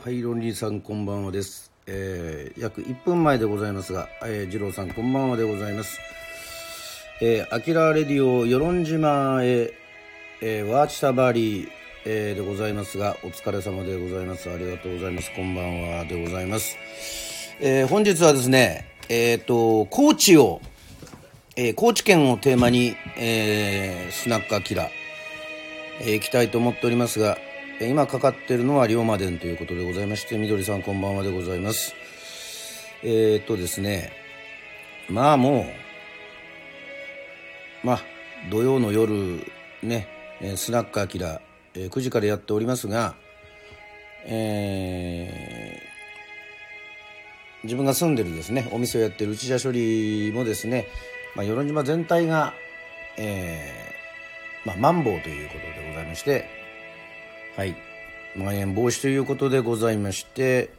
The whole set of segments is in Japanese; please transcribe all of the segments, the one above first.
はい、ロンリーさんこんばんはです。約1分前でございますが、次郎さんこんばんはでございます。アキラレディオ与論島へ、ワーチタバリー、でございますが、お疲れ様でございます。ありがとうございます。こんばんはでございます。本日はですね、高知を、高知県をテーマに、スナックアキラ、行きたいと思っておりますが、今かかっているのは龍馬伝ということでございまして、みどりさんこんばんはでございます。ですね、まあもう土曜の夜ね、スナックアキラ、9時からやっておりますが、自分が住んでるですねお店をやってる内田処理もですね、与論島全体が、マンボウということでございまして、はい、まん延防止ということでございまして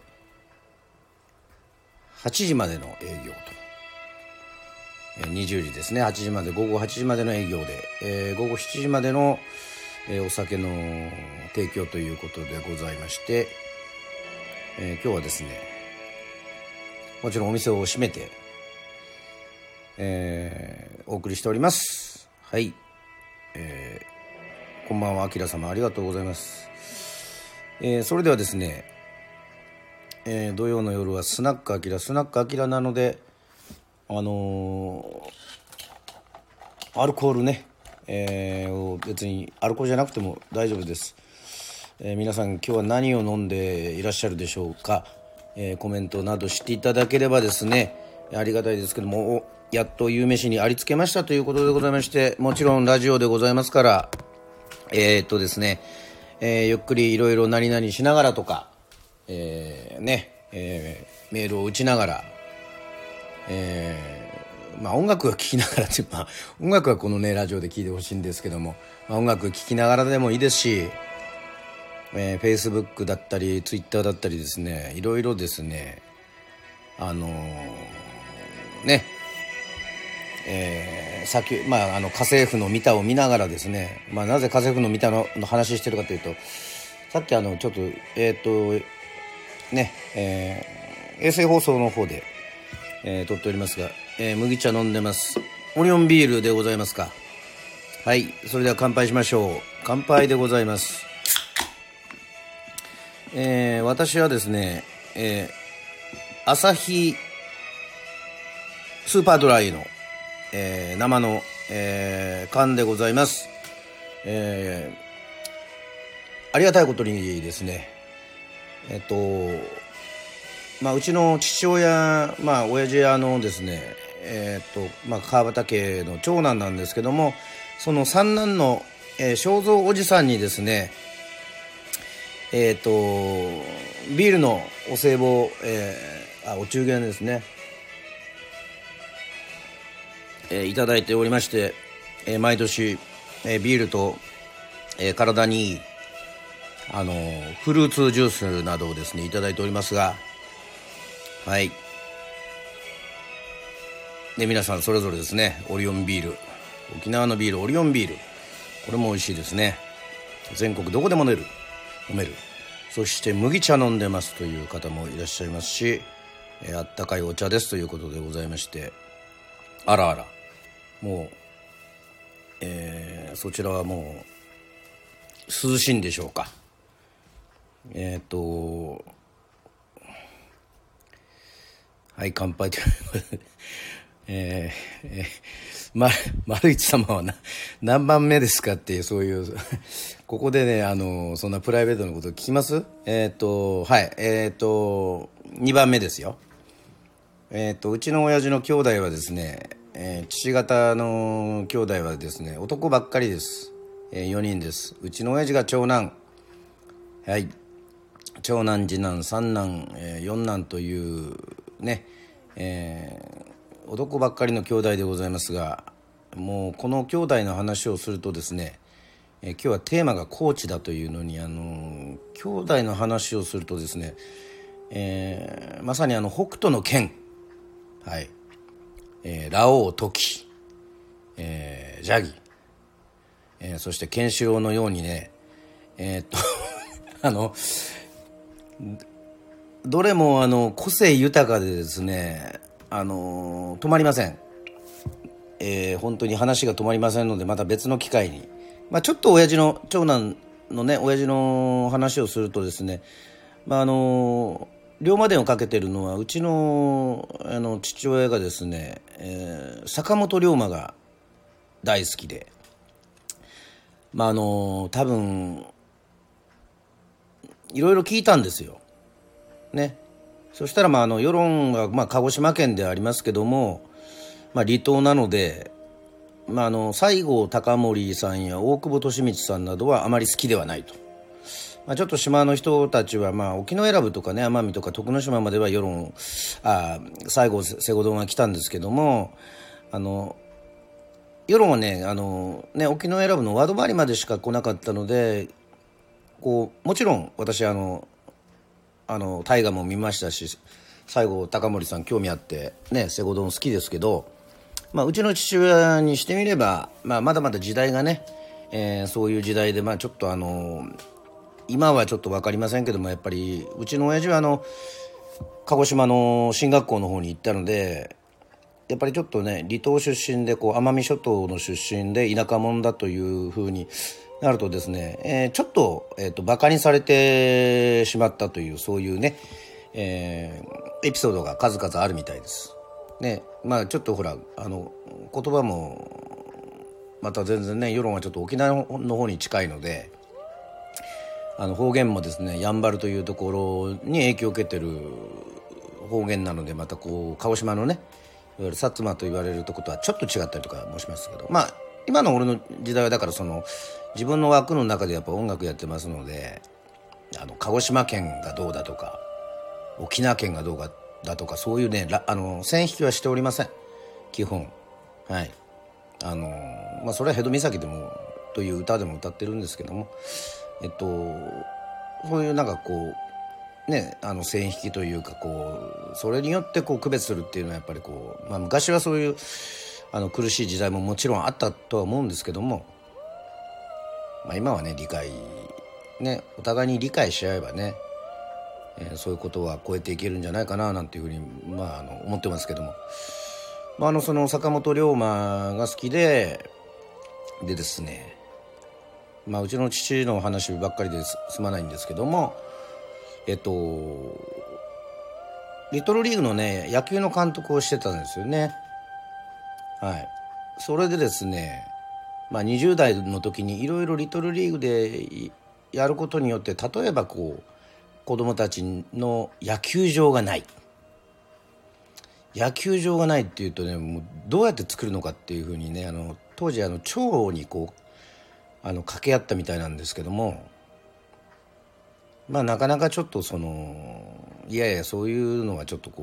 、8時までの営業と、20時ですね、8時まで、午後8時までの営業で、午後7時までの、お酒の提供ということでございまして、今日はですね、もちろんお店を閉めて、お送りしております。はい、こんばんは、あきら様ありがとうございます。それではですね、土曜の夜はスナックアキラなので、アルコールね、別にアルコールじゃなくても大丈夫です。皆さん今日は何を飲んでいらっしゃるでしょうか。コメントなどしていただければですね、ありがたいですけども、やっと夕飯にありつけましたということでございまして、もちろんラジオでございますから、ですね、ゆっくりいろいろ何々しながらとか、メールを打ちながら、音楽を聴きながらって、音楽はこのねラジオで聴いてほしいんですけども、音楽聴きながらでもいいですし、Facebook だったり Twitter だったりですね、いろいろですね、家政婦のミタを見ながらですね、なぜ家政婦のミタの話してるかというと、さっきちょっと衛星放送の方で、撮っておりますが、麦茶飲んでます。オリオンビールでございますか。はい、それでは乾杯しましょう。乾杯でございます。私はですね、アサヒスーパードライの、生の、缶でございます。ありがたいことにですね、うちの父親、親父ですね、川端家の長男なんですけども、その三男の、正蔵おじさんにですね、ビールのお歳暮、お中元ですね、いただいておりまして、毎年、ビールと、体にいいフルーツジュースなどをですねいただいておりますが、はい。で、皆さんそれぞれですね、オリオンビール、沖縄のビールオリオンビール、これも美味しいですね。全国どこでも飲める。そして麦茶飲んでますという方もいらっしゃいますし、あったかいお茶ですということでございまして、あらあら、もう、そちらはもう涼しいんでしょうか。はい、乾杯と丸一様は何番目ですかっていう、そういうここでね、そんなプライベートのこと聞きます？はい、2番目ですよ。うちの親父の兄弟はですね、父方の兄弟はですね、男ばっかりです。4人です。うちの親父が長男、はい、長男次男三男、四男というね、男ばっかりの兄弟でございますが、もうこの兄弟の話をするとですね、今日はテーマが高知だというのに、兄弟の話をするとですね、まさに北斗の拳、はい、ラオウトキ、ジャギ、そしてケンシロウのようにね、 どれも個性豊かでですね、止まりません。本当に話が止まりませんので、また別の機会に、ちょっと長男のね親父の話をするとですね、龍馬伝をかけてるのはうちの父親がですね、坂本龍馬が大好きで、多分いろいろ聞いたんですよね。そしたら世論が鹿児島県でありますけども、離島なので、西郷隆盛さんや大久保利通さんなどはあまり好きではないと。ちょっと島の人たちは、沖永良部とかね、奄美とか徳之島までは西郷瀬古丼が来たんですけども、世論はね、沖永良部の和泊までしか来なかったので、もちろん私大河も見ましたし、西郷隆盛さん興味あってね、瀬古丼好きですけど、うちの父親にしてみれば、まだまだ時代がね、そういう時代で、ちょっと今はちょっと分かりませんけども、やっぱりうちの親父は鹿児島の進学校の方に行ったので、やっぱりちょっとね離島出身で奄美諸島の出身で田舎者だというふうになるとですね、ちょっと、バカにされてしまったという、そういうね、エピソードが数々あるみたいですね。ちょっとほら言葉もまた全然ね、世論はちょっと沖縄の方に近いので、方言もですね、やんばるというところに影響を受けてる方言なので、また鹿児島のね、いわゆる薩摩と言われるところとはちょっと違ったりとかもしますけど、今の俺の時代はだから自分の枠の中でやっぱ音楽やってますので、鹿児島県がどうだとか沖縄県がどうだとか、そういうね線引きはしておりません、基本。はい。それは「ヘド岬」でもという歌でも歌ってるんですけども、そういう線引きというか、それによって区別するっていうのはやっぱり昔はそういう苦しい時代ももちろんあったとは思うんですけども、今はねお互いに理解し合えばね、そういうことは超えていけるんじゃないかななんていうふうに思ってますけども、その坂本龍馬が好きでですね、うちの父の話ばっかりで済まないんですけども、リトルリーグのね野球の監督をしてたんですよね。はい。それでですね、20代の時にいろいろリトルリーグでやることによって、例えば子供たちの野球場がないっていうとね、もうどうやって作るのかっていうふうにね、当時町に掛け合ったみたいなんですけども、なかなかちょっといやいやそういうのはちょっと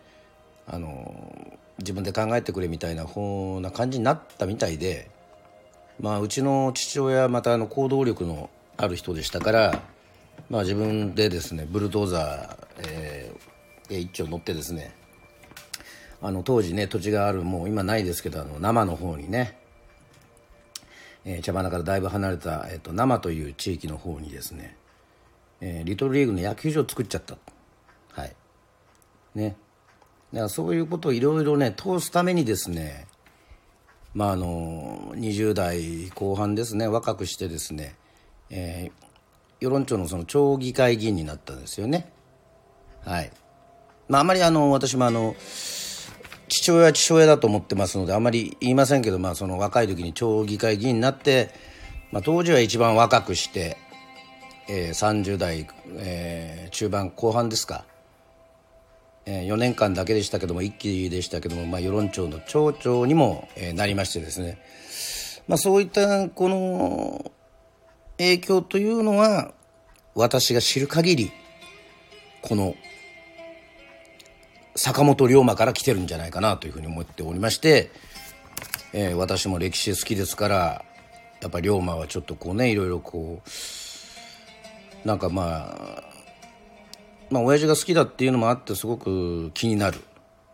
自分で考えてくれみたいな感じになったみたいで、うちの父親はまた行動力のある人でしたから、自分でですねブルドーザー、一丁乗ってですね、当時ね土地がある、もう今ないですけど生の方にね、茶花からだいぶ離れた、生という地域の方にですね、リトルリーグの野球場を作っちゃった。はいね。だからそういうことをいろいろね通すためにですね、20代後半ですね、若くしてですね、与論町の町議会議員になったんですよね。はい。あまり私も父親は父親だと思ってますのであまり言いませんけど、若い時に町議会議員になって、当時は一番若くして、30代、中盤後半ですか、4年間だけでしたけども、1期でしたけども、与論町の町長にも、なりましてですね、そういったこの影響というのは私が知る限りこの坂本龍馬から来てるんじゃないかなというふうに思っておりまして、私も歴史好きですから、やっぱり龍馬はちょっといろいろ親父が好きだっていうのもあってすごく気になる、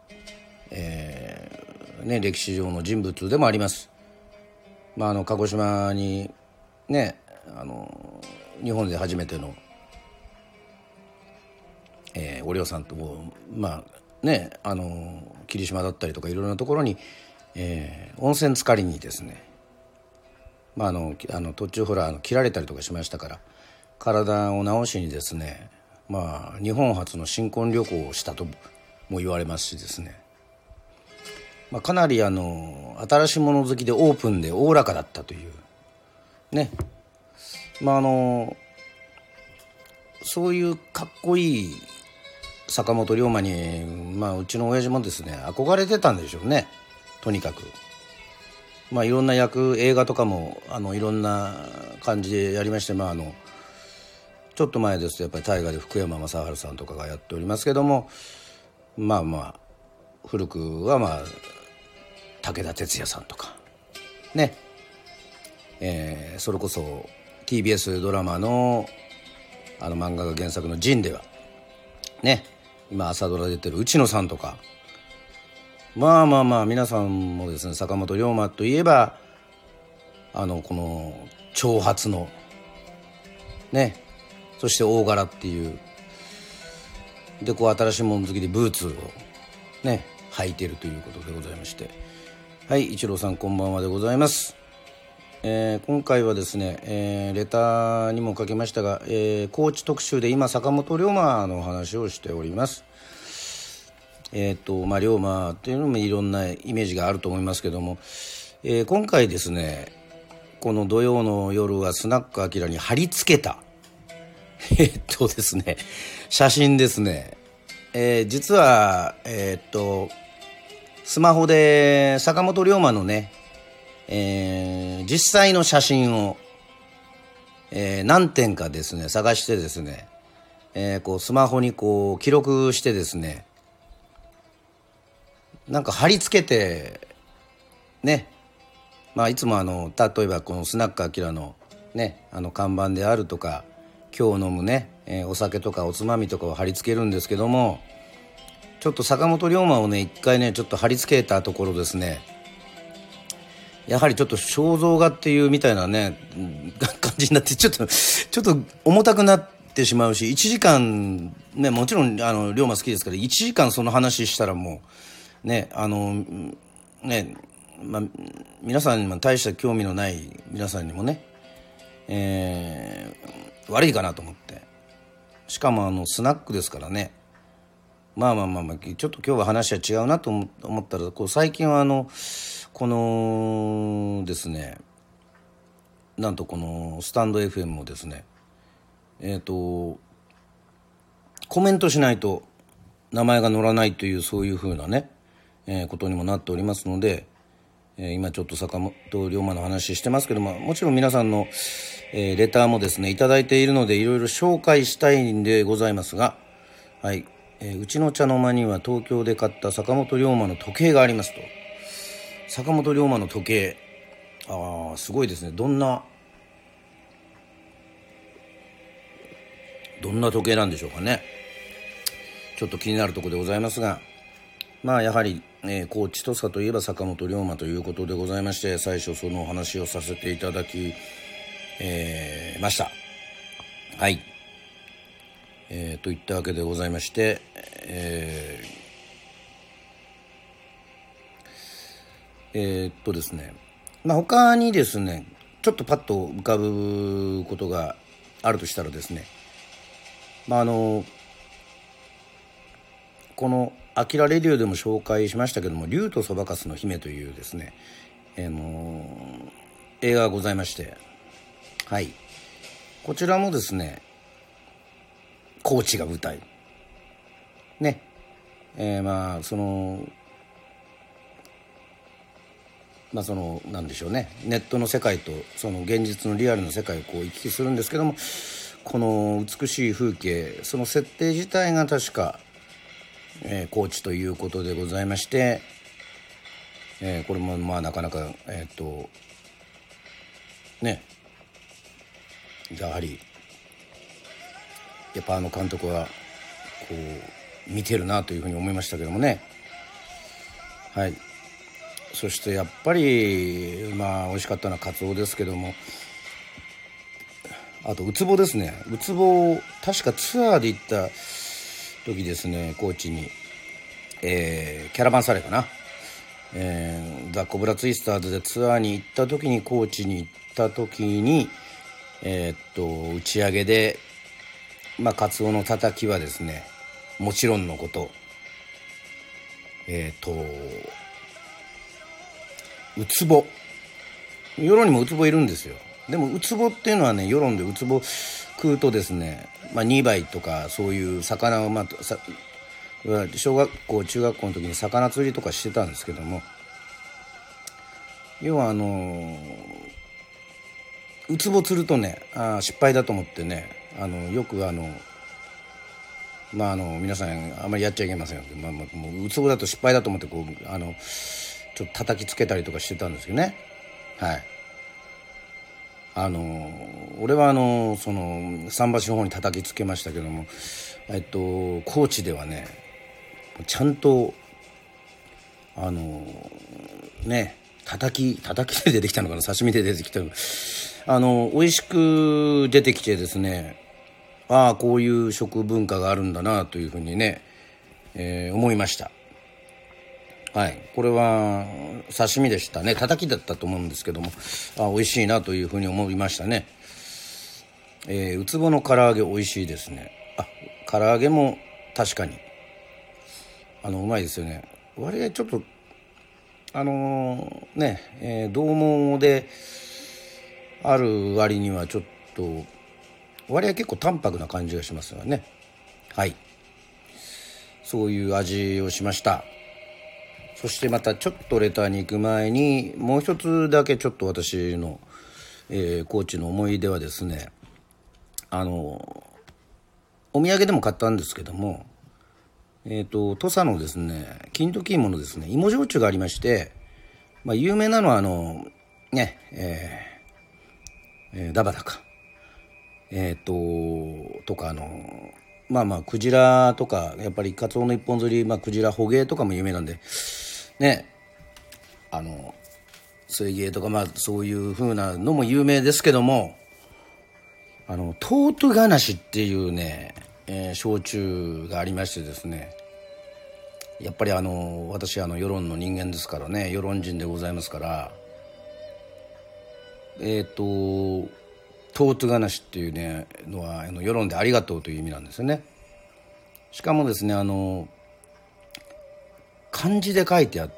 歴史上の人物でもあります。鹿児島にね日本で初めてのお涼さんとまあね霧島だったりとかいろいろなところに、温泉浸かりにですね、途中切られたりとかしましたから、体を治しにですね、日本初の新婚旅行をしたとも言われますしですね、かなり新しいもの好きでオープンでおおらかだったというね、そういうかっこいい坂本龍馬に、うちの親父もですね憧れてたんでしょうね。とにかくいろんな映画とかもいろんな感じでやりまして、ちょっと前ですとやっぱり大河で福山雅治さんとかがやっておりますけども、古くは武田鉄矢さんとかね、それこそ TBS ドラマの漫画が原作の「ジン」ではね、今朝ドラ出てる内野さんとか、皆さんもですね、坂本龍馬といえばこの長髪のね、そして大柄っていうで、新しいもの好きでブーツをね履いているということでございまして、はい、一郎さんこんばんはでございます。今回はですね、レターにも書きましたが、高知特集で今坂本龍馬の話をしております。龍馬というのもいろんなイメージがあると思いますけども、今回ですね、この土曜の夜はスナックアキラに貼り付けたですね、写真ですね。実はスマホで坂本龍馬のね、実際の写真を、何点かですね探してですね、スマホに記録してですね、なんか貼り付けてね、いつも例えばこのスナックアキラのね看板であるとか、今日飲むね、お酒とかおつまみとかを貼り付けるんですけども、ちょっと坂本龍馬をね一回ねちょっと貼り付けたところですね、やはりちょっと肖像画っていうみたいなね感じになって、ちょっと重たくなってしまうし、1時間ね、もちろん龍馬好きですから1時間その話したらもうね皆さんにも大した興味のない皆さんにもね、悪いかなと思って、しかもスナックですからね、ちょっと今日は話は違うなと思ったら、最近はこのですね、なんとこのスタンド FM もですね、コメントしないと名前が載らないという、そういう風なね、ことにもなっておりますので、今ちょっと坂本龍馬の話してますけども、もちろん皆さんの、レターもですねいただいているので、いろいろ紹介したいんでございますが、はい、うちの茶の間には東京で買った坂本龍馬の時計がありますと。坂本龍馬の時計、すごいですね。どんな時計なんでしょうかね。ちょっと気になるところでございますが、やはり、高知土佐といえば坂本龍馬ということでございまして、最初そのお話をさせていただき、ました。はい、といったわけでございまして、ですね、他にですねちょっとパッと浮かぶことがあるとしたらですね、このアキラレディオでも紹介しましたけども、竜とそばかすの姫というですね、映画がございまして、はい、こちらもですね高知が舞台ね、なんでしょうね、ネットの世界とその現実のリアルな世界を行き来するんですけども、この美しい風景、その設定自体が確か、高知ということでございまして、これもなかなかやはり監督は見てるなというふうに思いましたけどもね。はい、そしてやっぱり美味しかったのはカツオですけども、あとウツボですね。ウツボ確かツアーで行った時ですね、高知に、キャラバンサレーかな、ザ・コブラツイスターズでツアーに行った時に、高知に行った時に、打ち上げで、カツオのたたきはですね、もちろんのこと、ウツボ、世論にもウツボいるんですよ。でもウツボっていうのはね、世論でウツボ食うとですね、2倍とかそういう魚を、小学校中学校の時に魚釣りとかしてたんですけども、要はウツボ釣るとね、失敗だと思ってね、よく皆さんあんまりやっちゃいけませんよ。もうウツボだと失敗だと思ってちょっと叩きつけたりとかしてたんですけどね。はい。俺はその桟橋の方に叩きつけましたけども、高知ではね、ちゃんと叩きで出てきたのかな、刺身で出てきたのか、美味しく出てきてですね、こういう食文化があるんだなというふうにね、思いました。はい、これは刺身でしたね。叩きだったと思うんですけども、美味しいなというふうに思いましたね。ウツボの唐揚げ美味しいですね。唐揚げも確かにうまいですよね。割合ちょっと獰猛である割にはちょっと割合結構淡白な感じがしますよね。はい、そういう味をしました。そしてまたちょっとレターに行く前にもう一つだけちょっと私の、高知の思い出はですね、お土産でも買ったんですけども、土佐のですね、金時芋のですね、芋焼酎がありまして、有名なのはダバダか、とかクジラとか、やっぱりカツオの一本釣り、クジラ捕鯨とかも有名なんでね、水芸とかそういう風なのも有名ですけども、トートガナシっていうね、焼酎がありましてですね、やっぱり私世論の人間ですからね、世論人でございますから、トートガナシっていうねのは世論でありがとうという意味なんですよね。しかもですね、漢字で書いてあって、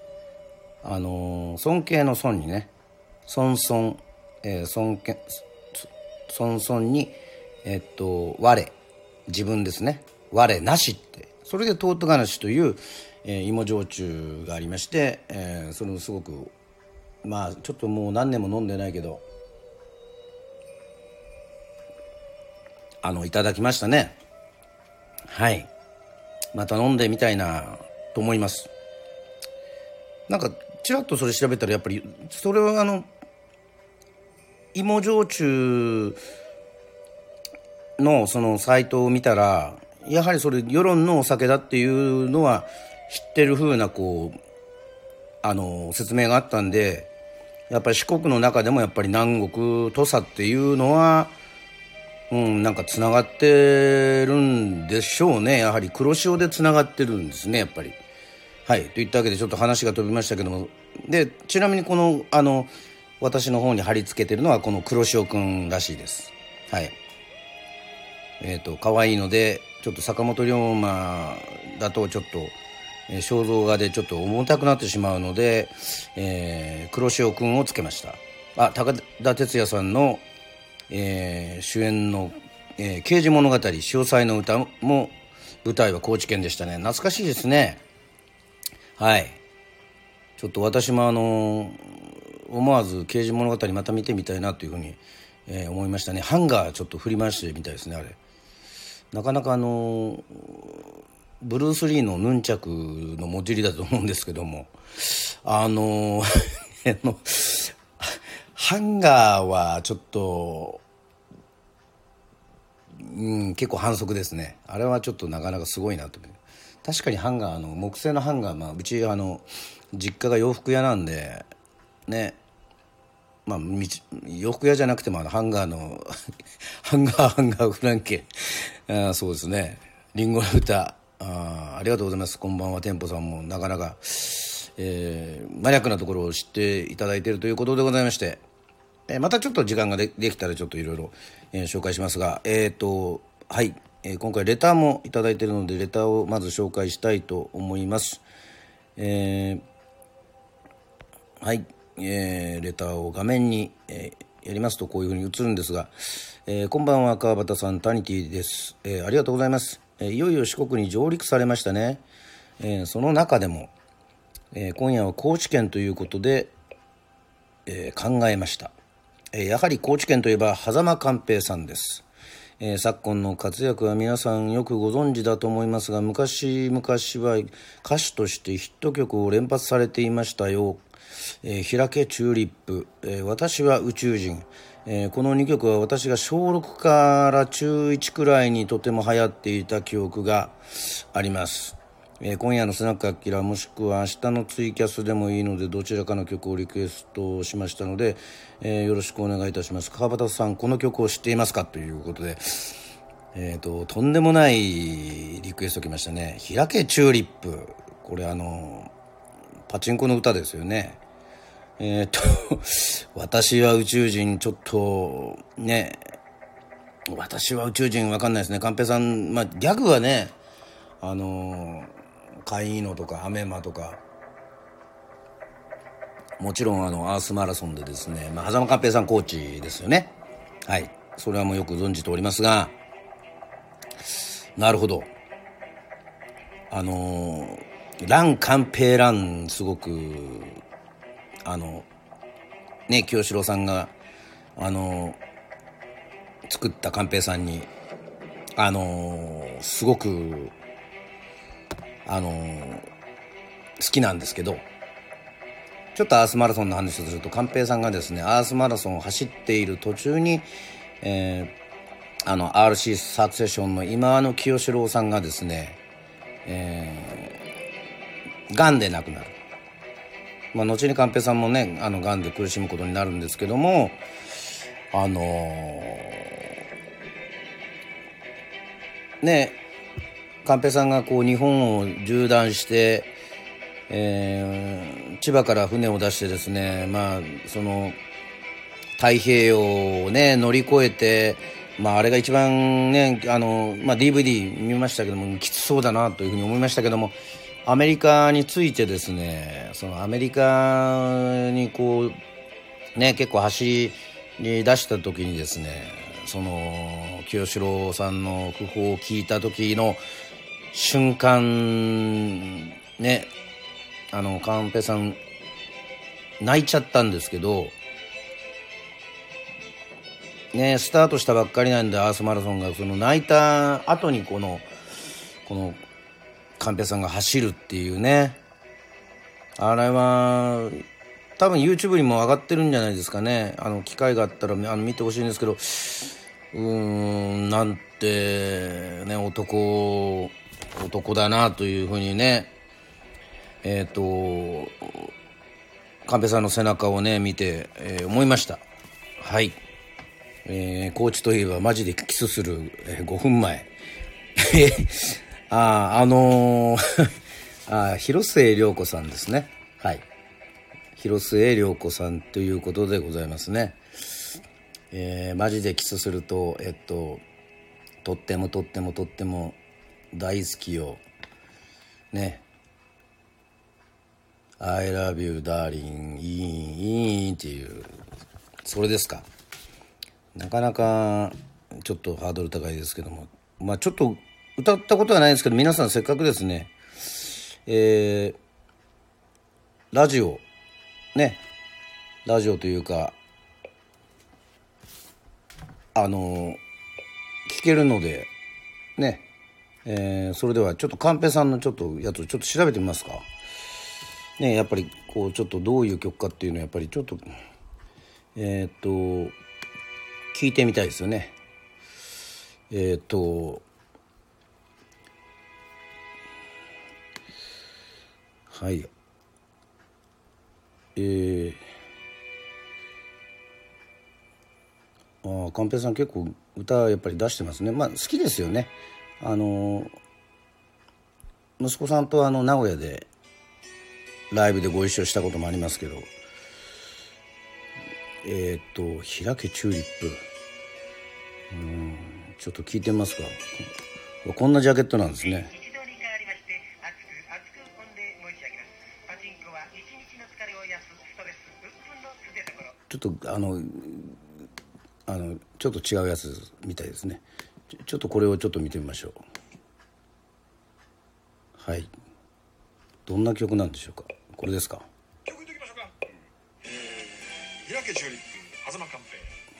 尊敬の尊にね、尊尊、尊敬、尊尊に我、自分ですね、我なしって、それでトートガナシという、芋焼酎がありまして、それもすごくちょっともう何年も飲んでないけどいただきましたね。はい、また飲んでみたいなと思います。なんかちらっとそれ調べたら、やっぱりそれは芋焼酎のそのサイトを見たら、やはりそれ世論のお酒だっていうのは知ってる風な説明があったんで、やっぱり四国の中でもやっぱり南国土佐っていうのはなんかつながってるんでしょうね。やはり黒潮でつながってるんですね、やっぱり。はい、といったわけでちょっと話が飛びましたけども、でちなみにこの私の方に貼り付けてるのはこの黒潮くんらしいです。はい、可愛いので、ちょっと坂本龍馬だとちょっと肖像画でちょっと重たくなってしまうので、黒潮くんをつけました。高田哲也さんの、主演の、刑事物語潮騒の歌も舞台は高知県でしたね。懐かしいですね。はい、ちょっと私も思わず刑事物語また見てみたいなというふうに、思いましたね。ハンガーちょっと振り回してみたいですね。あれなかなかブルース・リーのヌンチャクのもじりだと思うんですけども、ハンガーはちょっと、結構反則ですね。あれはちょっとなかなかすごいなと。確かにハンガー木製のハンガー、うち実家が洋服屋なんでね、洋服屋じゃなくてもハンガーのハンガーフランケそうですね、 リンゴの歌、ありがとうございます。こんばんは。店舗さんもなかなか、マニアックなところを知っていただいているということでございまして、またちょっと時間ができたらちょっといろいろ紹介しますが、はい、今回レターもいただいているのでレターをまず紹介したいと思います。はい、レターを画面に、やりますとこういうふうに映るんですが、こんばんは川端さん、タニティです。ありがとうございます。いよいよ四国に上陸されましたね。その中でも、今夜は高知県ということで、考えました。やはり高知県といえば狭間寛平さんです。昨今の活躍は皆さんよくご存知だと思いますが、昔々は歌手としてヒット曲を連発されていましたよ。開けチューリップ、私は宇宙人、この2曲は私が小6から中1くらいにとても流行っていた記憶があります。今夜のスナックアキラもしくは明日のツイキャスでもいいのでどちらかの曲をリクエストしましたので、よろしくお願いいたします。川端さん、この曲を知っていますかということで、とんでもないリクエスト来ましたね。開けチューリップ、これパチンコの歌ですよね。私は宇宙人、ちょっとね、私は宇宙人わかんないですね。寛平さん、ギャグはね、カイーノとかアメマとか、もちろんアースマラソンでですね、狭間寛平さんコーチですよね。はい、それはもうよく存じておりますが、なるほど、ラン寛平ラン、すごく清志郎さんが作った寛平さんにすごく好きなんですけど、ちょっとアースマラソンの話をすると、寛平さんがですねアースマラソンを走っている途中に、RC サクセションの今野清志郎さんがですね、がんで亡くなる。後に寛平さんもねがんで苦しむことになるんですけども、ね、寛平さんがこう日本を縦断して、千葉から船を出してですね、その太平洋をね乗り越えて、あれが一番ねDVD 見ましたけどもきつそうだなというふうに思いましたけども、アメリカについてですね、そのアメリカにこうね結構走り出した時にですね、その清志郎さんの訃報を聞いた時の瞬間ね、寛平さん泣いちゃったんですけどね、スタートしたばっかりなんでアースマラソンが、その泣いた後にこの寛平さんが走るっていうね、あれは多分 YouTube にも上がってるんじゃないですかね。機会があったら見てほしいんですけど、なんてね男だなというふうにね、寛平さんの背中をね見て、思いました。はい、コーチといえばマジでキスする、5分前広末涼子さんですね。はい、広末涼子さんということでございますね。マジでキスするととっても大好きよね。I love you darling いいっていう、それですか。なかなかちょっとハードル高いですけども、ちょっと歌ったことはないですけど、皆さんせっかくですね、ラジオというか聞けるのでね、それではちょっと寛平さんのちょっとやつをちょっと調べてみますかね。やっぱりこうちょっとどういう曲かっていうのはやっぱりちょっと聞いてみたいですよね。はい、寛平さん結構歌やっぱり出してますね。好きですよね。 息子さんと名古屋でライブでご一緒したこともありますけど、開けチューリップ、ちょっと聞いてみますか。こんなジャケットなんですね。ちょっとちょっと違うやつみたいですね。ちょっとこれをちょっと見てみましょう。はい、どんな曲なんでしょうか。これですか。 曲いきましょうか。開けチューリップ、狭間寛平。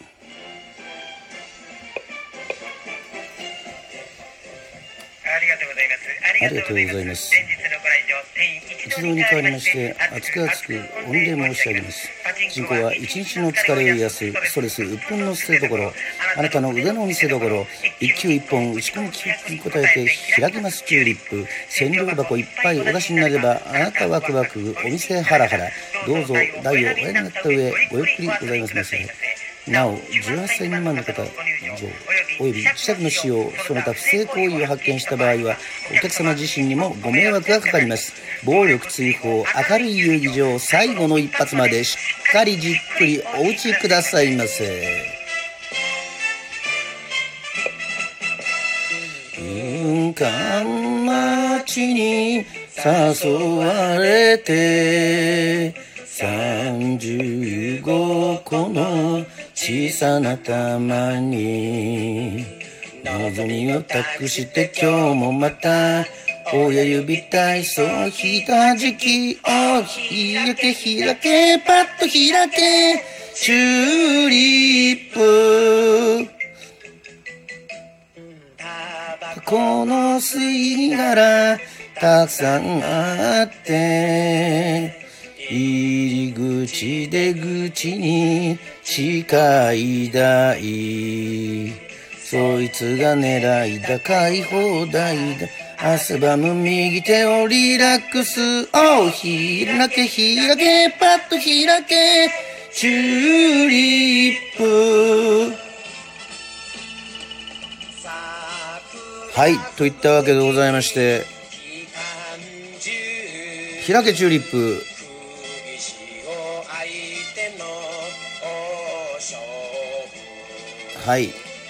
ありがとうございます。 ありがとうございます。一堂に変わりまして熱く熱く御礼申し上げます。進行は一日の疲れを癒すストレス鬱憤の捨てどころ、あなたの腕の見せどころ、一球一本打ち込む気に応えて開きますチューリップ。千両箱いっぱいお出しになればあなたワクワク、お店ハラハラ。どうぞ台をおやりになった上ごゆっくりございますませ。なお18歳未満の方以上および自宅の使用その他不正行為を発見した場合はお客様自身にもご迷惑がかかります。暴力追放、明るい遊技場、最後の一発までしっかりじっくりお打ちくださいませ。雲間町に誘われて35個の小さな玉に望みを託して今日もまた親指体操ひたじきを開け開けパッと開けチューリップ。この吸い殻たくさんあって入り口出口に近い台、そいつが狙いだ買い放題だ汗ばむ右手をリラックスお開け開けパッと開けチューリップ。はいといったわけでございまして、開けチューリップはい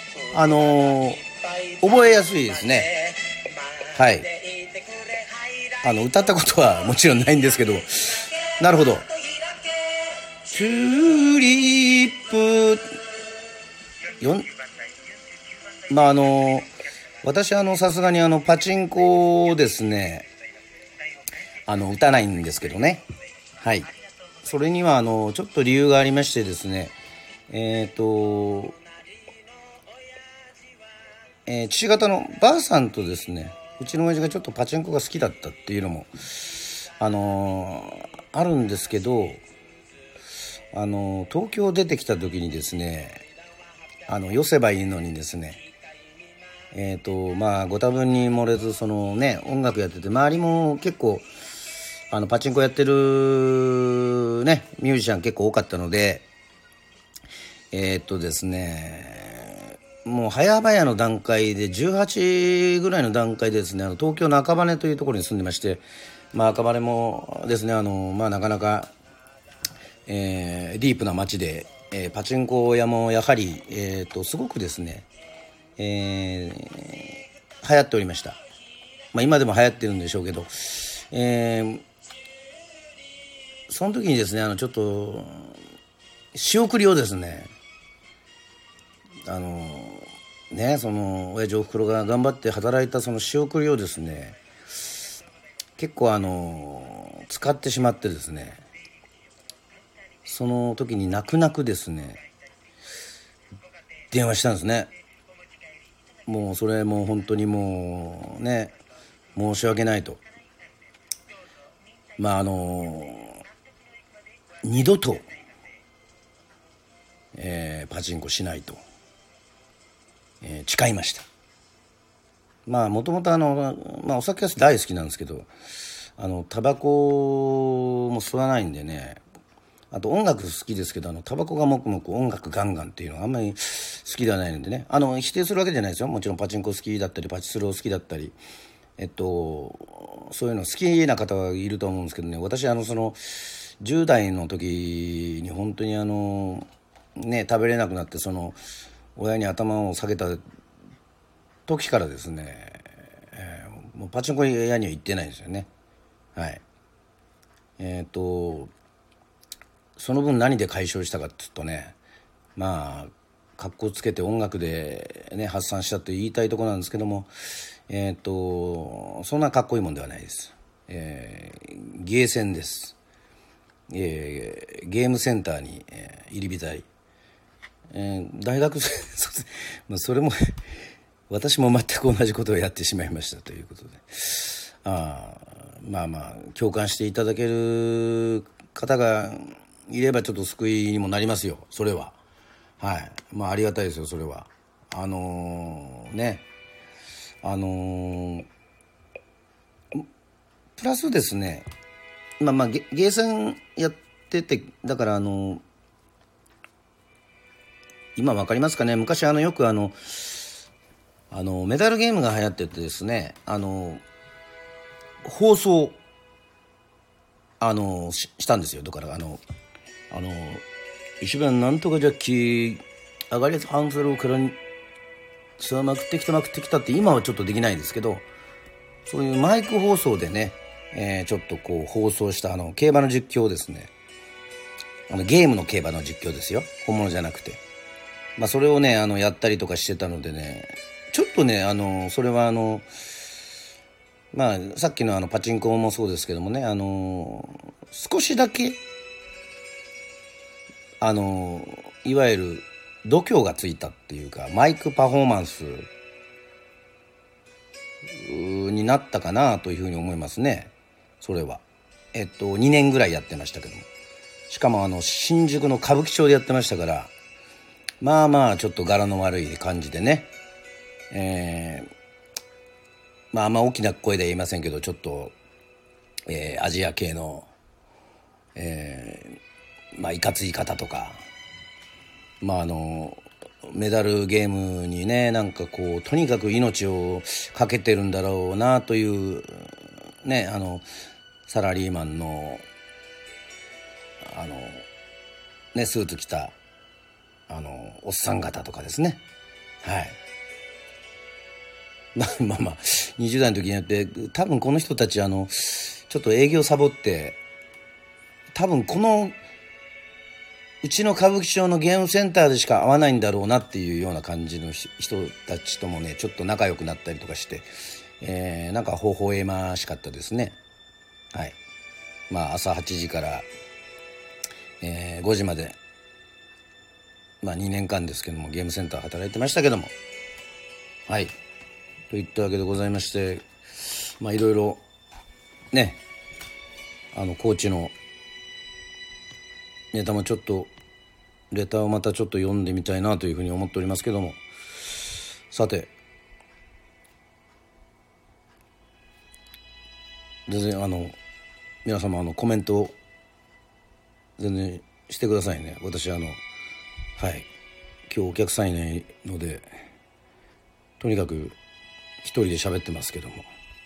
覚えやすいですね。はい、歌ったことはもちろんないんですけど、なるほど。チューリップ私さすがにパチンコをですね打たないんですけどね。はい、それにはちょっと理由がありましてですね、父方のばあさんとですね、うちの親父がちょっとパチンコが好きだったっていうのもあるんですけど、東京出てきた時にですね寄せばいいのにですねご多分に漏れず音楽やってて周りも結構パチンコやってるねミュージシャン結構多かったのでですねもう早々の段階で18ぐらいの段階でですね東京の赤羽というところに住んでまして、赤羽もですねなかなか、ディープな街で、パチンコ屋もやはり、すごくですね、流行っておりました。今でも流行ってるんでしょうけど、その時にですねちょっと仕送りをですね親父おふくろが頑張って働いたその仕送りをですね結構使ってしまってですね、その時に泣く泣くですね電話したんですね。もうそれもう本当にもうね申し訳ないと、二度と、パチンコしないと、誓いました。もともとお酒は大好きなんですけどタバコも吸わないんでね、あと音楽好きですけどタバコがもくもく音楽ガンガンっていうのがあんまり好きではないのでね否定するわけじゃないですよ。もちろんパチンコ好きだったりパチスロ好きだったりそういうの好きな方はいると思うんですけどね、私その10代の時に本当に食べれなくなって、その親に頭を下げた時からですね、もうパチンコ屋には行ってないんですよね。はい。その分何で解消したかっていうとね、まあ格好つけて音楽でね発散したと言いたいところなんですけども、そんなかっこいいもんではないです。ゲーセンです。ゲームセンターに、入り浸り、大学生それも私も全く同じことをやってしまいましたということで、まあ共感していただける方がいればちょっと救いにもなりますよ、それは。はい。まあありがたいですよ、それは。プラスですね、ゲーセンやってて、だから今わかりますかね、昔よくメダルゲームが流行っててですね、放送したんですよ。だから一番なんとかジャッキー上がり半ゼロからさあまくってきたって今はちょっとできないですけど、そういうマイク放送でね、ちょっとこう放送した競馬の実況ですね。ゲームの競馬の実況ですよ、本物じゃなくて。それをねやったりとかしてたのでね、ちょっとねそれはさっきのパチンコもそうですけどもね、少しだけいわゆる度胸がついたっていうか、マイクパフォーマンスになったかなというふうに思いますね。それは2年ぐらいやってましたけども、しかも新宿の歌舞伎町でやってましたから、ちょっと柄の悪い感じでね、あんま大きな声では言いませんけど、ちょっと、アジア系の、いかつい方とか、メダルゲームにね、なんかこうとにかく命をかけてるんだろうなというね、サラリーマンのスーツ着たおっさん方とかですね。はい。20代の時にやって、多分この人たちちょっと営業サボって、多分このうちの歌舞伎町のゲームセンターでしか会わないんだろうなっていうような感じの人たちともね、ちょっと仲良くなったりとかして、なんか微笑ましかったですね。はい。朝8時から、5時まで、2年間ですけどもゲームセンター働いてましたけども、はい。といったわけでございまして、いろいろね、コーチのネタもちょっとレターをまたちょっと読んでみたいなというふうに思っておりますけども、さて全然皆様コメント全然してくださいね。私はい、今日お客さんいないのでとにかく一人で喋ってますけども、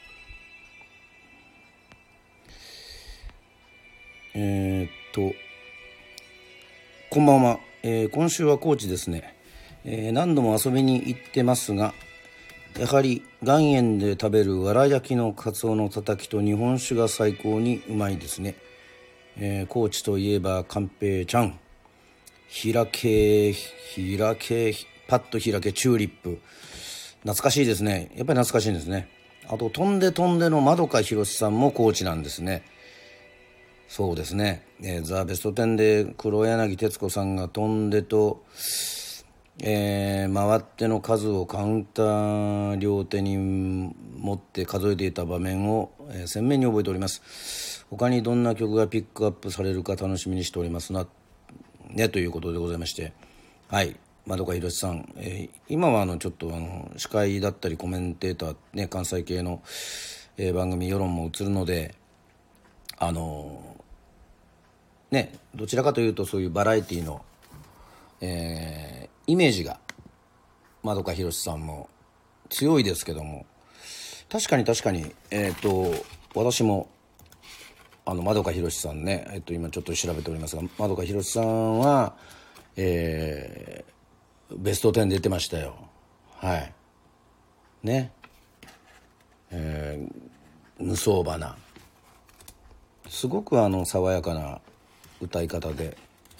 こんばんは、今週は高知ですね。何度も遊びに行ってますが、やはり岩塩で食べるわら焼きのカツオのたたきと日本酒が最高にうまいですね。高知といえば寛平ちゃん、開けパッと開けチューリップ、懐かしいですね。やっぱり懐かしいんですね。あと飛んでのまどかひろしさんも高知なんですね。そうですね、ザ・ベスト10で黒柳徹子さんが飛んでと、回っての数をカウンター両手に持って数えていた場面を、鮮明に覚えております。他にどんな曲がピックアップされるか楽しみにしておりますな、ね、ということでございまして、はい、まどかひろしさん、今はちょっと司会だったりコメンテーター、ね、関西系の、番組世論も映るのでどちらかというとそういうバラエティの、イメージがまどかひろしさんも強いですけども、 確かに私もまどかひろしさんね、今ちょっと調べておりますが、まどかひろしさんは、ベスト10出てましたよ。はいね。無双花、すごく爽やかな歌い方で、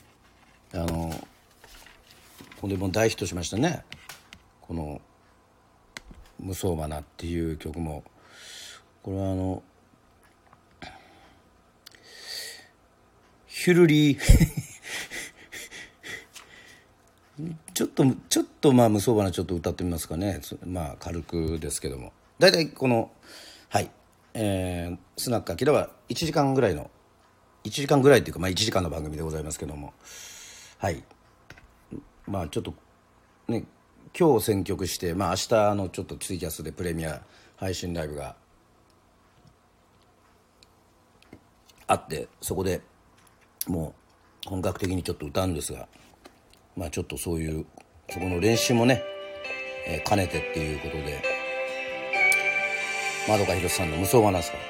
これも大ヒットしましたね。この無双花っていう曲も、これはヒュルリーちょっとまあ無双花ちょっと歌ってみますかね。まあ軽くですけども、だいたいこのはいスナックアキラは1時間ぐらいっていうか、まあ1時間の番組でございますけども、はい、まあちょっとね、今日選曲して、まあ明日ちょっとツイキャスでプレミア配信ライブがあって、そこでもう本格的にちょっと歌うんですが、まあちょっとそこの練習もね、兼ねてっていうことで、まどかひろしさんの無双花ですか。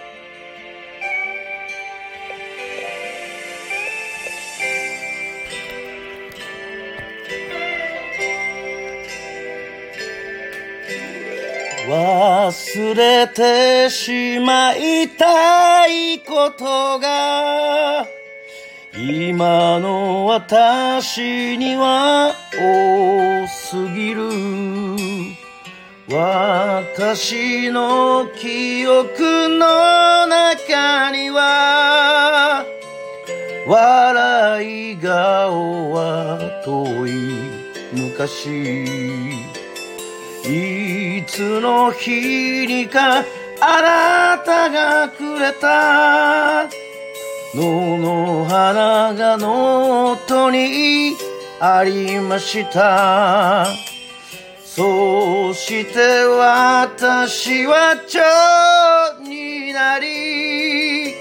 忘れてしまいたいことが今の私には多すぎる。私の記憶の中には笑い顔は遠い昔、いつの日にかあなたがくれた野の花がノートにありました。そうして私は蝶になり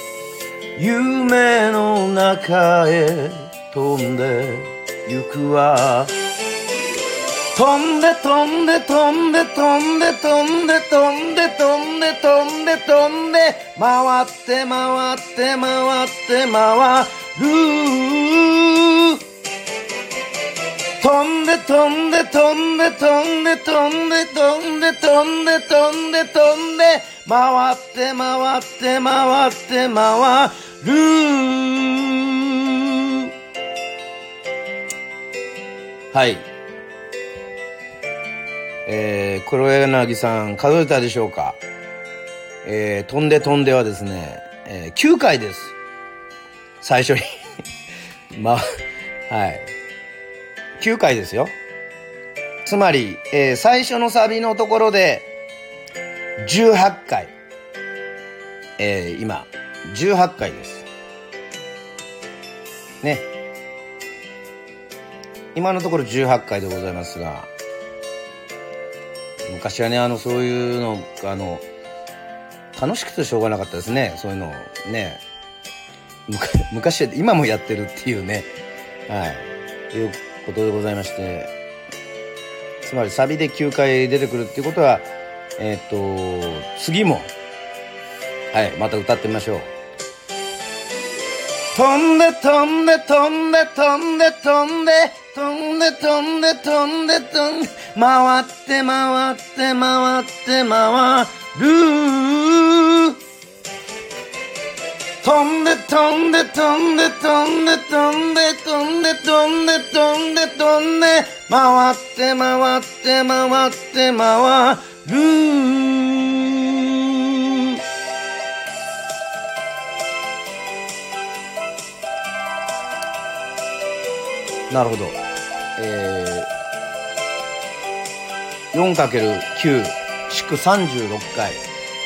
夢の中へ飛んでゆくわ。飛んで飛んで飛んで飛んで飛んで飛んで飛んで飛んで飛んで回って回って回って回る。飛んで飛んで飛んで飛んで飛んで飛んで飛んで飛んで飛んで回って回って回って回る。はい、黒柳さん数えたでしょうか。飛んで飛んではですね、9回です。最初にまあはい9回ですよ。つまり、最初のサビのところで18回、今18回ですね。今のところ18回でございますが、昔はね、そういうの楽しくてしょうがなかったですね。そういうのね、昔は今もやってるっていうね、はいということでございまして、つまりサビで9回出てくるっていうことは、次もはいまた歌ってみましょう。飛んで飛んで飛んで飛んで飛んで飛んで飛んで飛んで飛んで回って回って回って回る。飛んで飛んで飛んで飛んで飛んで飛んで飛んで飛んで飛んで回って回って回って回る。なるほど。4×9 祝36回。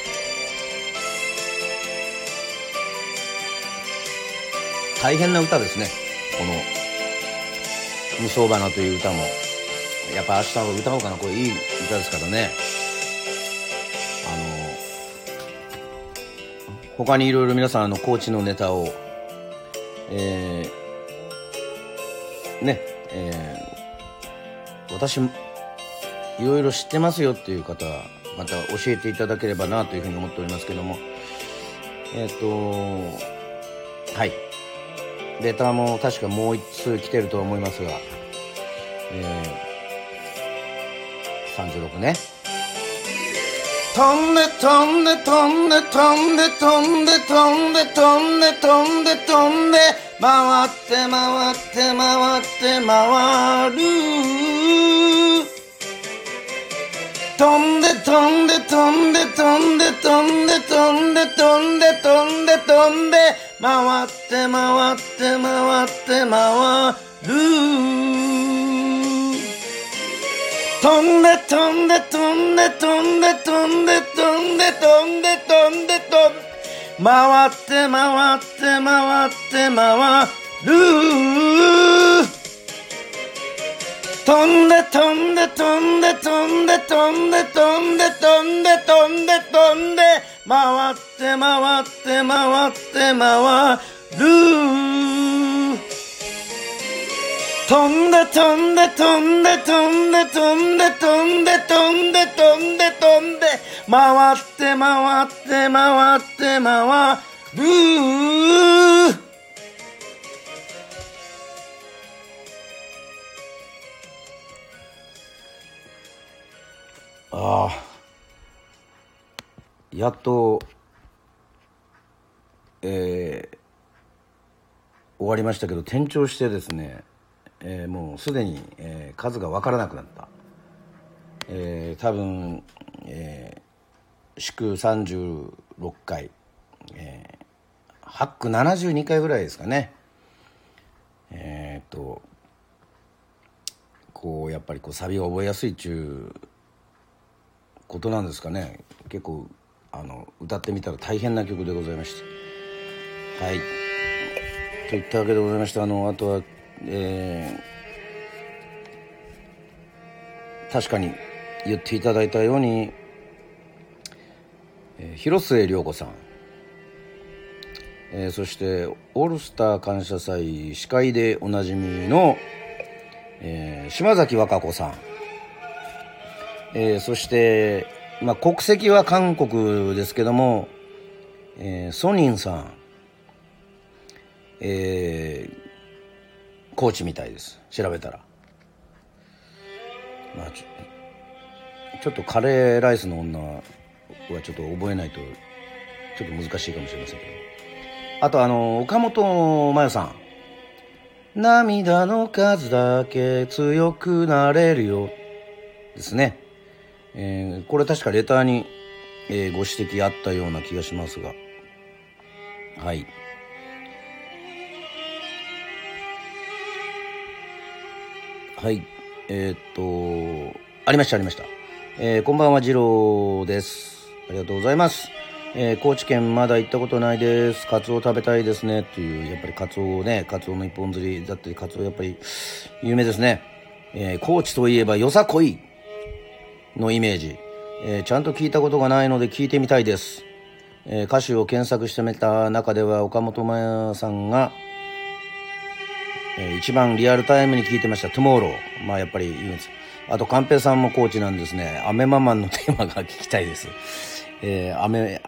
大変な歌ですね。この無双花という歌もやっぱ明日は歌おうかな。これいい歌ですからね。他にいろいろ皆さん高知のネタを私いろいろ知ってますよっていう方はまた教えていただければなというふうに思っておりますけども、はい、レターも確かもう一通来てるとは思いますが、36ね。飛んで飛んで飛んで飛んで飛んで飛んで飛んで飛んで飛んで回って回って回って回る、飛んで飛んで飛んで飛んで飛んで飛んで飛んで飛んで飛んで回って回って回って回る、飛んで飛んで飛んで飛んで飛んで飛んで飛んで飛んで飛んで回って回って回って回る、飛んで飛んで飛んで飛んで飛んで飛んで飛んで飛んで飛んで回って回って回って回る、飛んで飛んで飛んで飛んで飛んで飛んで飛んで飛んで飛んで回って回って回って回る、やっと終わりましたけど、転調してですね、もうすでに、数が分からなくなった、多分、祝36回、8区72回ぐらいですかね。こうやっぱりこうサビを覚えやすいっちゅうことなんですかね。結構歌ってみたら大変な曲でございまして、はい、といったわけでございまして、あとは、確かに言っていただいたように、広末涼子さん、そしてオールスター感謝祭司会でおなじみの、島崎和歌子さん、そして、国籍は韓国ですけども、ソニンさん、コーチみたいです、調べたら。ちょっとカレーライスの女はちょっと覚えないとちょっと難しいかもしれませんけど、あと岡本真代さん、涙の数だけ強くなれるよですね。これ確かレターに、ご指摘あったような気がしますが、はいはい、ありました。こんばんは、次郎です。ありがとうございます。高知県まだ行ったことないです。カツオ食べたいですねっていう、やっぱりカツオね、カツオの一本釣りだってカツオやっぱり有名ですね。高知といえばよさこいのイメージ、ちゃんと聞いたことがないので聞いてみたいです。歌手を検索してみた中では岡本真代さんが、一番リアルタイムに聞いてました。トゥモロー、やっぱり言うんです。あと寛平さんも高知なんですね。アメママンのテーマが聞きたいです。アメ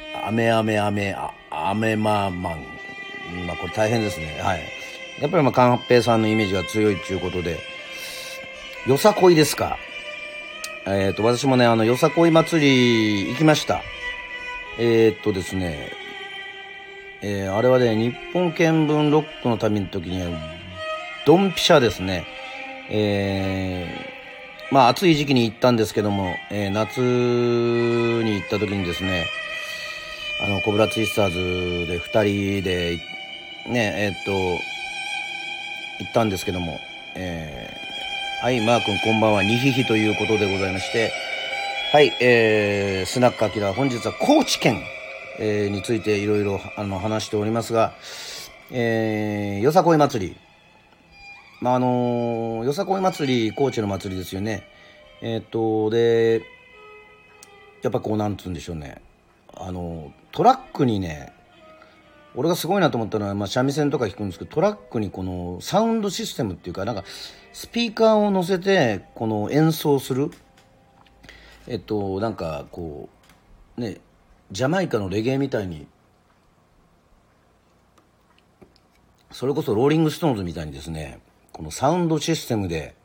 ママン、これ大変ですね。はい。やっぱり寛平さんのイメージが強いということで、よさこいですか。私もね、よさこい祭り行きました。ですね、あれはね、日本見聞ロックの旅の時にはドンピシャですね。暑い時期に行ったんですけども、夏に行った時にですね、コブラツイスターズで2人でね、行ったんですけども、はい、マー君こんばんは、にひひということでございまして、はい、スナックアキラ、本日は高知県、についていろいろ話しておりますが、よさこい祭り、よさこい祭り、高知の祭りですよね。でやっぱこうなんつうんでしょうね、トラックにね、俺がすごいなと思ったのは、三味線とか弾くんですけど、トラックにこのサウンドシステムっていうか、なんかスピーカーを乗せてこの演奏する、 なんかこうね、ジャマイカのレゲエみたいに、それこそローリングストーンズみたいにですね、このサウンドシステムで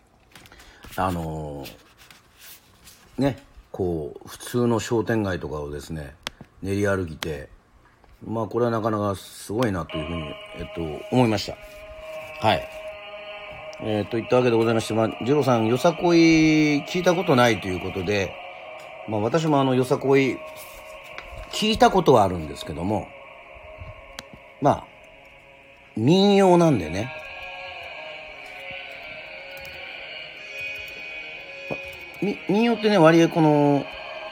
こう普通の商店街とかをですね練り歩いて、これはなかなかすごいなというふうに、思いました。はい。といったわけでございまして、二郎さんよさこい聞いたことないということで、私もよさこい聞いたことはあるんですけども、民謡なんでね、民謡ってね、割合この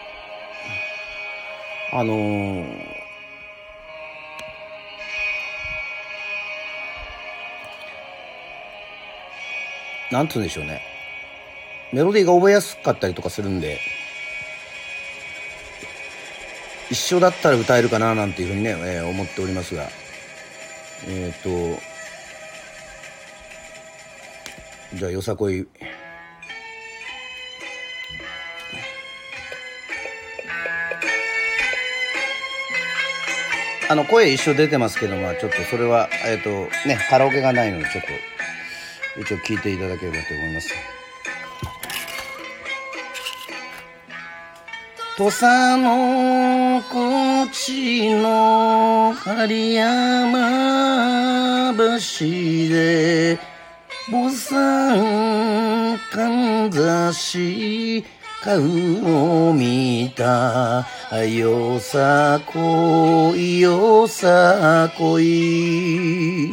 なんつうんでしょうね、メロディーが覚えやすかったりとかするんで、一緒だったら歌えるかななんていうふうにね、思っておりますが、じゃあよさこい声一緒出てますけども、ちょっとそれはカラオケがないので、ちょっと一応聞いていただければと思います。土佐の口の針山橋で坊さんかんざし顔を見た、よさこいよさこい、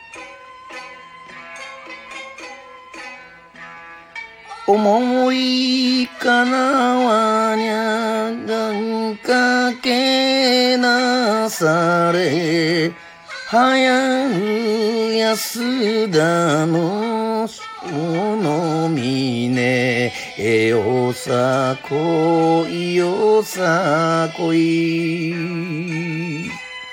思いからわにゃがんかけなされ、はやる安田のその峰、よさこいよさこい。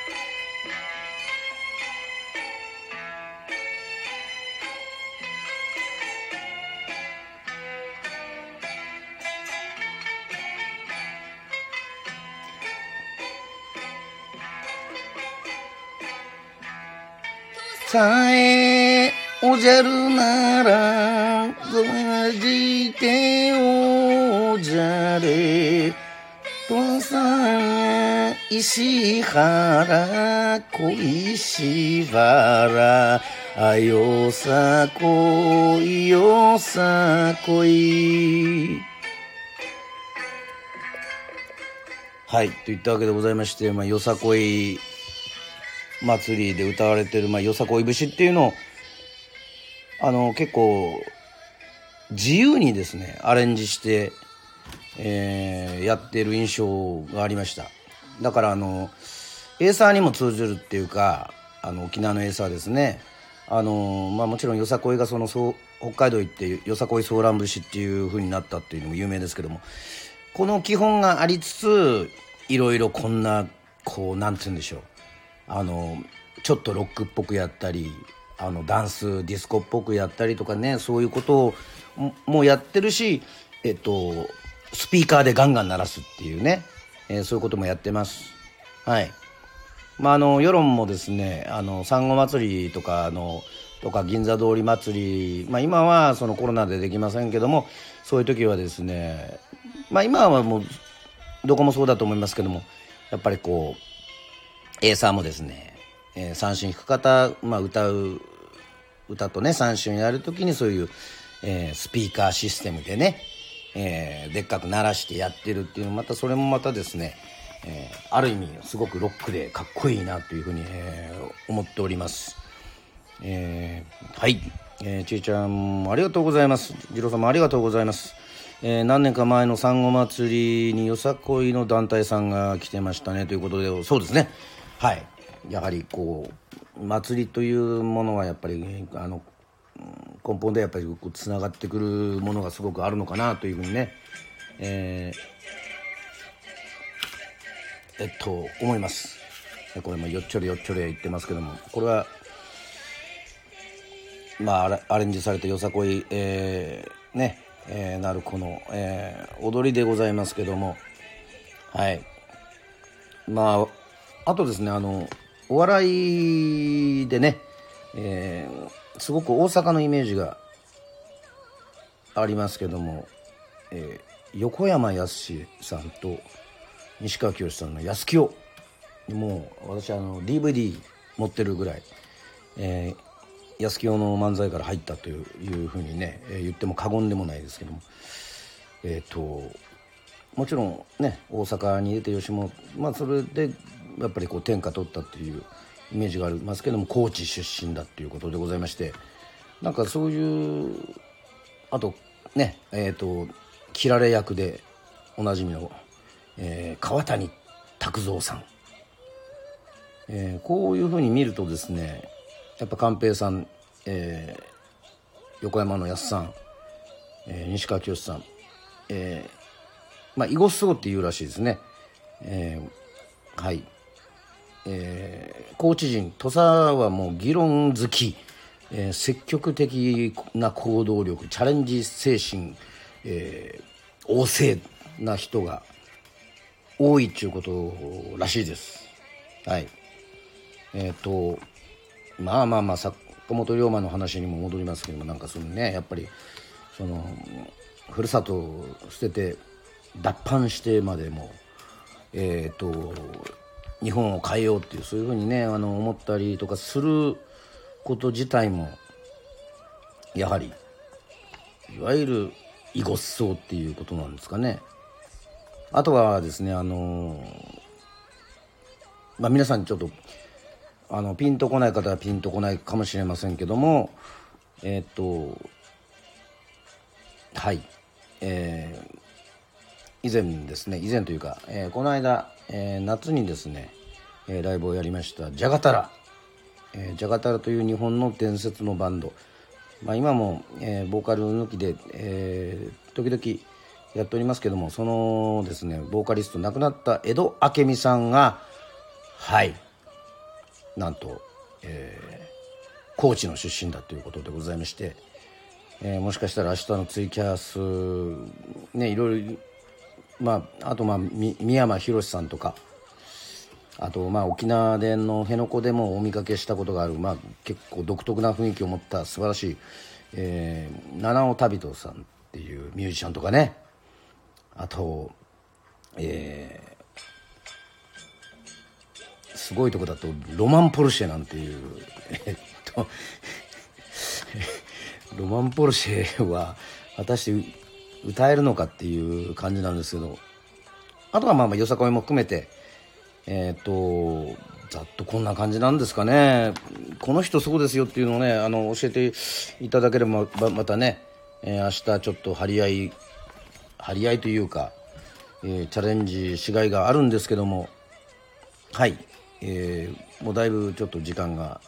さえおじゃるなら存じておじゃれ、とさん石原小石原、よさこいよさこい。はい、といったわけでございまして、よさこい祭りで歌われてる、よさこい節っていうのを結構自由にですねアレンジして、やってる印象がありました。だからエイサーにも通じるっていうか、沖縄のエイサーですね。もちろんよさこいが北海道行ってよさこいソーラン節っていう風になったっていうのも有名ですけども、この基本がありつつ、いろいろこんななんて言うんでしょう、ちょっとロックっぽくやったり、ダンスディスコっぽくやったりとかね、そういうことをもうやってるし、スピーカーでガンガン鳴らすっていうね、そういうこともやってます。はい。世論もですね、サンゴ祭りとか銀座通り祭り、今はそのコロナでできませんけども、そういう時はですね、今はもうどこもそうだと思いますけども、やっぱりエイサーもですね、三振弾く方、歌とね三振やるときにそういう、スピーカーシステムでね、でっかく鳴らしてやってるっていうの、それもまたですね、ある意味すごくロックでかっこいいなというふうに、思っております。はい、ちいちゃんもありがとうございます。次郎さんもありがとうございます。何年か前のサンゴ祭りによさこいの団体さんが来てましたねということで、そうですね、はい、やはり祭りというものはやっぱり、根本でやっぱりつながってくるものがすごくあるのかなというふうにね、思います。これもよっちょれよっちょれ言ってますけども、これはアレンジされたよさこい、 なるこの、踊りでございますけども、はい。まああとですね、お笑いでね、すごく大阪のイメージがありますけども、横山やすしさんと西川きよしさんのやすきよ、もう私DVD 持ってるぐらい、やすきよの漫才から入ったというふうにね、言っても過言でもないですけども、もちろんね大阪に出て吉本、それでやっぱりこう天下取ったっていうイメージがありますけども、高知出身だっていうことでございまして、なんかそういう、あとね切られ役でおなじみの、川谷拓三さん、こういうふうに見るとですね、やっぱ寛平さん、横山のやすさん、西川きよしさん、囲碁相撲っていうらしいですね。はい。高知人土佐はもう議論好き、積極的な行動力、チャレンジ精神、旺盛な人が多いっていうことらしいです。はい。坂本龍馬の話にも戻りますけども、なんかそのね、やっぱりそのふるさとを捨てて脱藩してまでも日本を変えようっていう、そういうふうにね思ったりとかすること自体もやはりいわゆる囲碁相撲っていうことなんですかね。あとはですね、皆さんちょっとピンとこない方はピンとこないかもしれませんけども、はい、以前というか、この間、夏にですね、ライブをやりましたジャガタラ、ジャガタラという日本の伝説のバンド、今も、ボーカル抜きで、時々やっておりますけども、そのですねボーカリスト亡くなった江戸明美さんが、はいなんと、高知の出身だということでございまして、もしかしたら明日のツイキャスね、いろいろ、あと三山ひろしさんとか、あと沖縄での辺野古でもお見かけしたことがある、結構独特な雰囲気を持った素晴らしい、七尾旅人さんっていうミュージシャンとかね、あと、すごいとこだとロマンポルシェなんていうロマンポルシェは果たして歌えるのかっていう感じなんですけど、あとはよさこいも含めてざっとこんな感じなんですかね。この人そうですよっていうのをね教えていただければまたね、明日ちょっと張り合いというか、チャレンジしがいがあるんですけども、はい、もうだいぶちょっと時間が、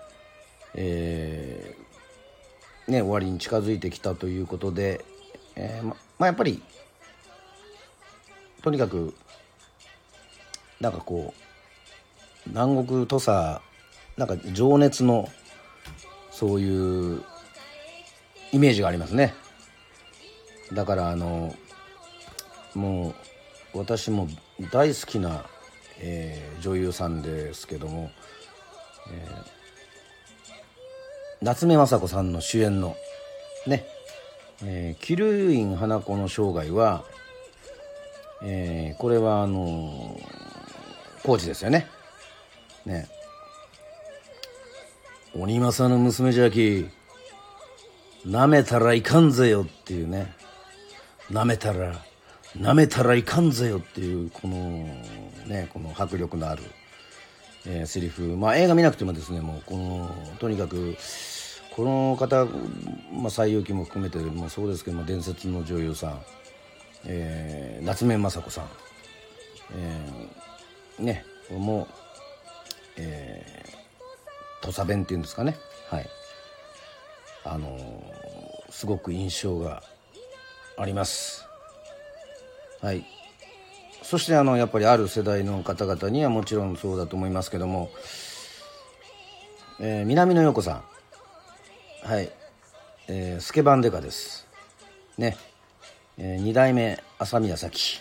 終わりに近づいてきたということで、やっぱりとにかくなんかこう南国土佐なんか情熱のそういうイメージがありますね。だからもう私も大好きな、女優さんですけども、夏目雅子さんの主演のね、桐生院花子の生涯は、これは高知ですよね。鬼政の娘じゃきなめたらいかんぜよっていうね、なめたらいかんぜよっていうこの迫力のある、セリフ、映画見なくてもですね、もうとにかくこの方、西遊記も含めてもそうですけども、伝説の女優さん、夏目雅子さん、もう、土佐弁っていうんですかね、はい、すごく印象があります。はい。そしてやっぱりある世代の方々にはもちろんそうだと思いますけども、南野陽子さん、はい、スケバンデカです。 ね、2代目朝宮崎、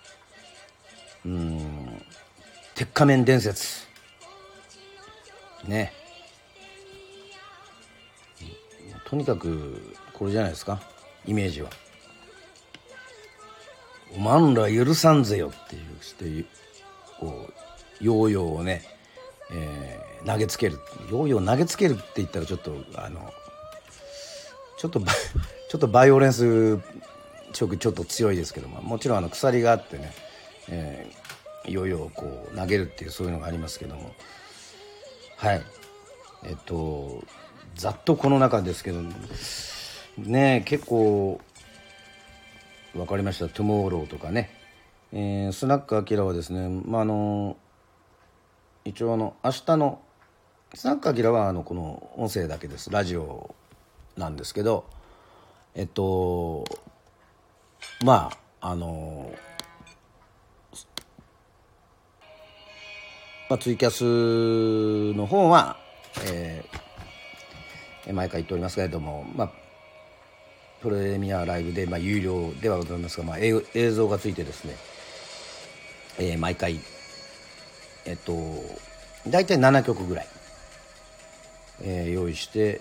鉄仮面伝説ね、とにかくこれじゃないですか、イメージは。おまんら許さんぜよっていうこうヨーヨーをね、投げつける、ヨーヨー投げつけるって言ったらちょっとバイオレンスちょっと強いですけども、もちろん鎖があってね、ヨーヨーをこう投げるっていうそういうのがありますけども、はい、ざっとこの中ですけどね、結構分かりました。トゥモーローとかね、スナックアキラはですね、一応明日のスナックアキラはこの音声だけです、ラジオなんですけど、ツイキャスの方は、毎回言っておりますけれども、プレミアライブで、有料ではございますが、映像がついてですね、毎回だいたい7曲ぐらい、用意して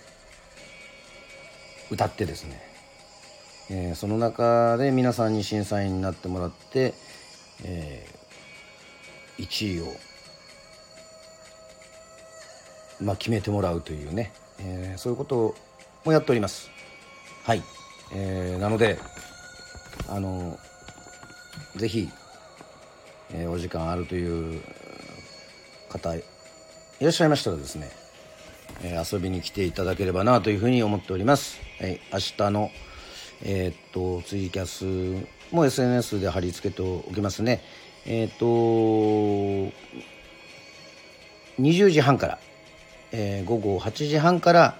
歌ってですね、その中で皆さんに審査員になってもらって、1位を、決めてもらうというね、そういうこともやっております。はい、なのでぜひ、お時間あるという方いらっしゃいましたらですね、遊びに来ていただければなというふうに思っております。明日のツイキャスも SNS で貼り付けておきますね。20時半から、午後8時半から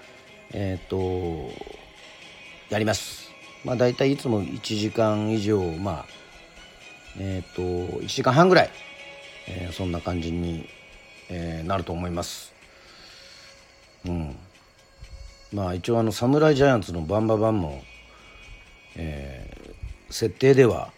やります。だいたいいつも1時間以上、1時間半ぐらい、そんな感じに、なると思います。一応サムライジャイアンツのバンババンも、設定では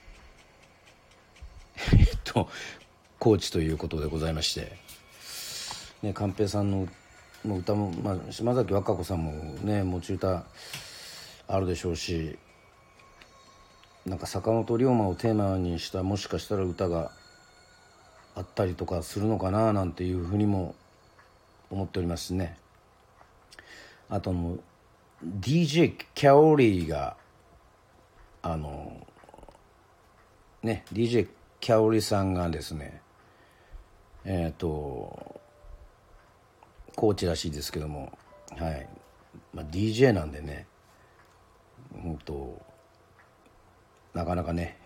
コーチということでございまして、ね、寛平さんの歌も、島崎和歌子さんもね持ち歌あるでしょうし、なんか坂本龍馬をテーマにしたもしかしたら歌があったりとかするのかななんていうふうにも思っておりますね。あとDJ キャオリーがDJ キャオリーさんがですね、コーチらしいですけども、はい、DJ なんでね、なかなかね、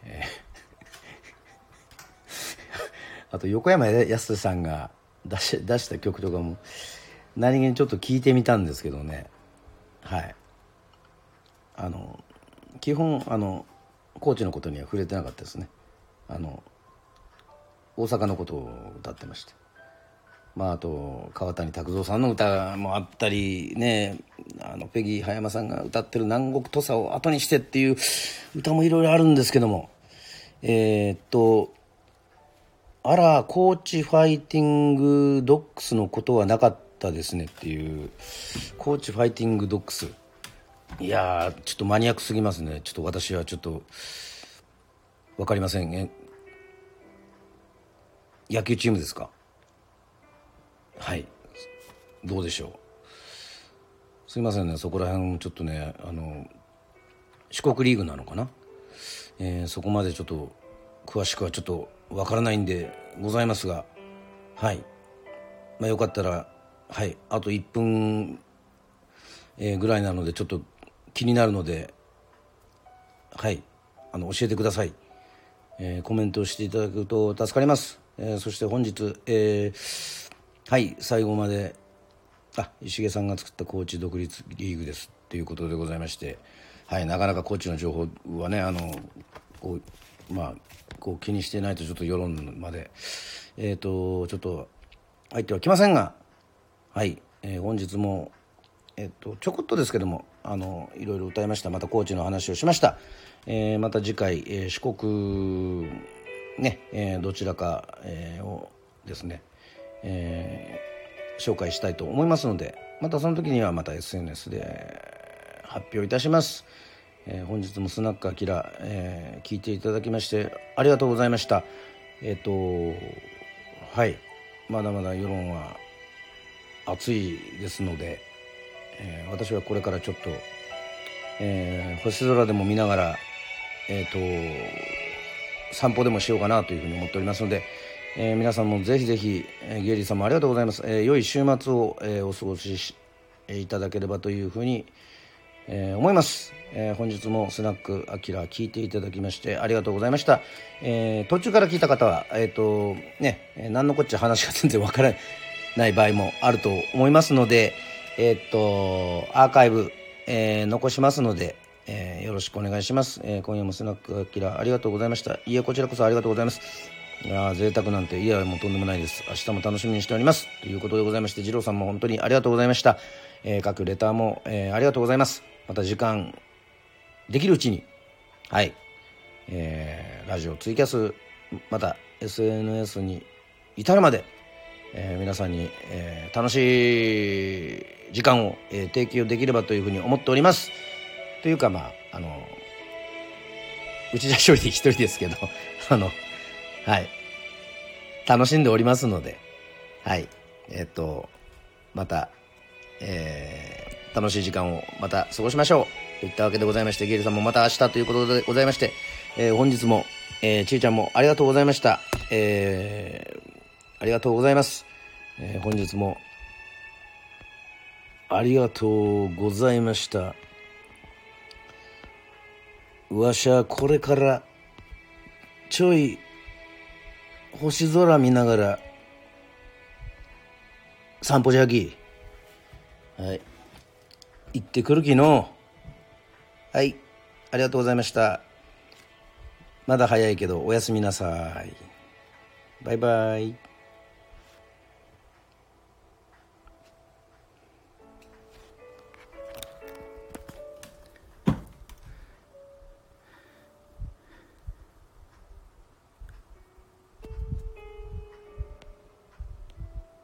あと横山やすさんが出した曲とかも何気にちょっと聞いてみたんですけどね、はい、基本コーチのことには触れてなかったですね。大阪のことを歌ってまして、あと川谷拓三さんの歌もあったりね、ペギー葉山さんが歌ってる南国土佐を後にしてっていう歌もいろいろあるんですけども、あらコーチファイティングドッグスのことはなかったですねっていう、コーチファイティングドッグス、いやちょっとマニアックすぎますね。ちょっと私はちょっと分かりませんね。野球チームですか？はい、どうでしょう。すいませんね、そこら辺ちょっとね、四国リーグなのかな、そこまでちょっと詳しくはちょっとわからないんでございますが、はい、よかったら、はい、あと1分、ぐらいなのでちょっと気になるので、はい、教えてください。コメントをしていただくと助かります。そして本日、はい、最後まで石毛さんが作ったコーチ独立リーグですということでございまして、はい、なかなかコーチの情報はねこう気にしてないとちょっと世論までちょっと入ってはきませんが、はい、本日もちょこっとですけどもいろいろ歌いました。また高知の話をしました。また次回、四国ね、どちらか、をですね、紹介したいと思いますので、またその時にはまた SNS で発表いたします。本日もスナックアキラ、聞いていただきましてありがとうございました。はい、まだまだ世論は熱いですので、私はこれからちょっと、星空でも見ながら、散歩でもしようかなというふうに思っておりますので、皆さんもぜひぜひ、ゲイリーさんもありがとうございます。良い週末を、お過ごしいただければというふうに、思います。本日もスナックアキラ聞いていただきましてありがとうございました。途中から聞いた方は何のこっちゃ話が全然わからない場合もあると思いますので、アーカイブ、残しますので、よろしくお願いします。今夜もスナックアキラありがとうございました。いえ、こちらこそありがとうございます。贅沢なんていやもうとんでもないです。明日も楽しみにしておりますということでございまして、二郎さんも本当にありがとうございました。各レターも、ありがとうございます。また時間できるうちに、はい、ラジオツイキャスまた SNS に至るまで、皆さんに、楽しい時間を、提供できればというふうに思っております。というかうちじゃ一人ですけどはい、楽しんでおりますので、はい、また、楽しい時間をまた過ごしましょうといったわけでございまして、ゲイルさんもまた明日ということでございまして、本日も、ちーちゃんもありがとうございました。ありがとうございます。本日もありがとうございました。わしゃこれからちょい星空見ながら散歩じゃき。はい、行ってくるきの。はい、ありがとうございました。まだ早いけどおやすみなさい。バイバイ。